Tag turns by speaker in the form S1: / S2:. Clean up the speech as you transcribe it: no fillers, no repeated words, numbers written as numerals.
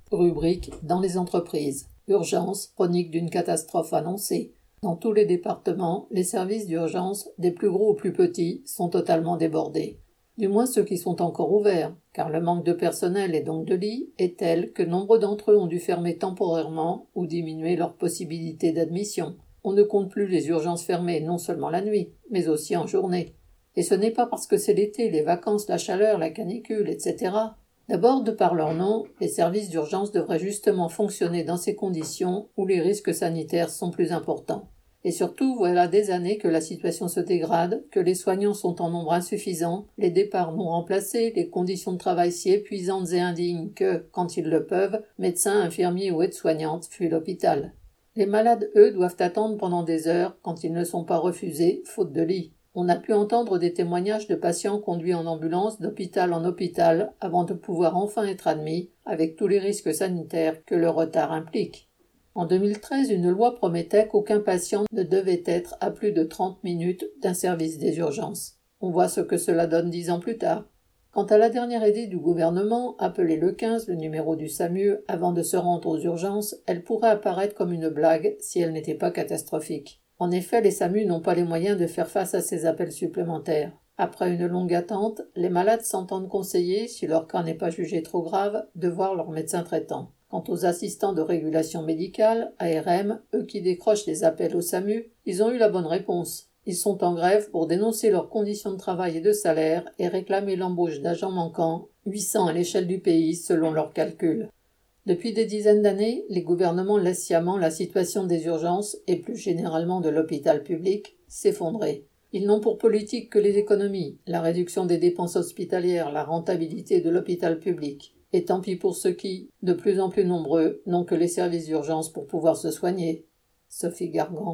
S1: Rubrique dans les entreprises. Urgence, chronique d'une catastrophe annoncée. Dans tous les départements, les services d'urgence, des plus gros aux plus petits, sont totalement débordés. Du moins ceux qui sont encore ouverts, car le manque de personnel et donc de lits est tel que nombre d'entre eux ont dû fermer temporairement ou diminuer leurs possibilités d'admission. On ne compte plus les urgences fermées non seulement la nuit, mais aussi en journée. Et ce n'est pas parce que c'est l'été, les vacances, la chaleur, la canicule, etc. D'abord, de par leur nom, les services d'urgence devraient justement fonctionner dans ces conditions où les risques sanitaires sont plus importants. Et surtout, voilà des années que la situation se dégrade, que les soignants sont en nombre insuffisant, les départs non remplacés, les conditions de travail si épuisantes et indignes que, quand ils le peuvent, médecins, infirmiers ou aides-soignantes fuient l'hôpital. Les malades, eux, doivent attendre pendant des heures quand ils ne sont pas refusés, faute de lit. On a pu entendre des témoignages de patients conduits en ambulance d'hôpital en hôpital avant de pouvoir enfin être admis, avec tous les risques sanitaires que le retard implique. En 2013, une loi promettait qu'aucun patient ne devait être à plus de 30 minutes d'un service des urgences. On voit ce que cela donne 10 ans plus tard. Quant à la dernière idée du gouvernement, appeler le 15, le numéro du SAMU, avant de se rendre aux urgences, elle pourrait apparaître comme une blague si elle n'était pas catastrophique. En effet, les SAMU n'ont pas les moyens de faire face à ces appels supplémentaires. Après une longue attente, les malades s'entendent conseiller, si leur cas n'est pas jugé trop grave, de voir leur médecin traitant. Quant aux assistants de régulation médicale, ARM, eux qui décrochent les appels au SAMU, ils ont eu la bonne réponse. Ils sont en grève pour dénoncer leurs conditions de travail et de salaire et réclamer l'embauche d'agents manquants, 800 à l'échelle du pays selon leurs calculs. Depuis des dizaines d'années, les gouvernements laissent sciemment la situation des urgences, et plus généralement de l'hôpital public, s'effondrer. Ils n'ont pour politique que les économies, la réduction des dépenses hospitalières, la rentabilité de l'hôpital public. Et tant pis pour ceux qui, de plus en plus nombreux, n'ont que les services d'urgence pour pouvoir se soigner. Sophie Gargan.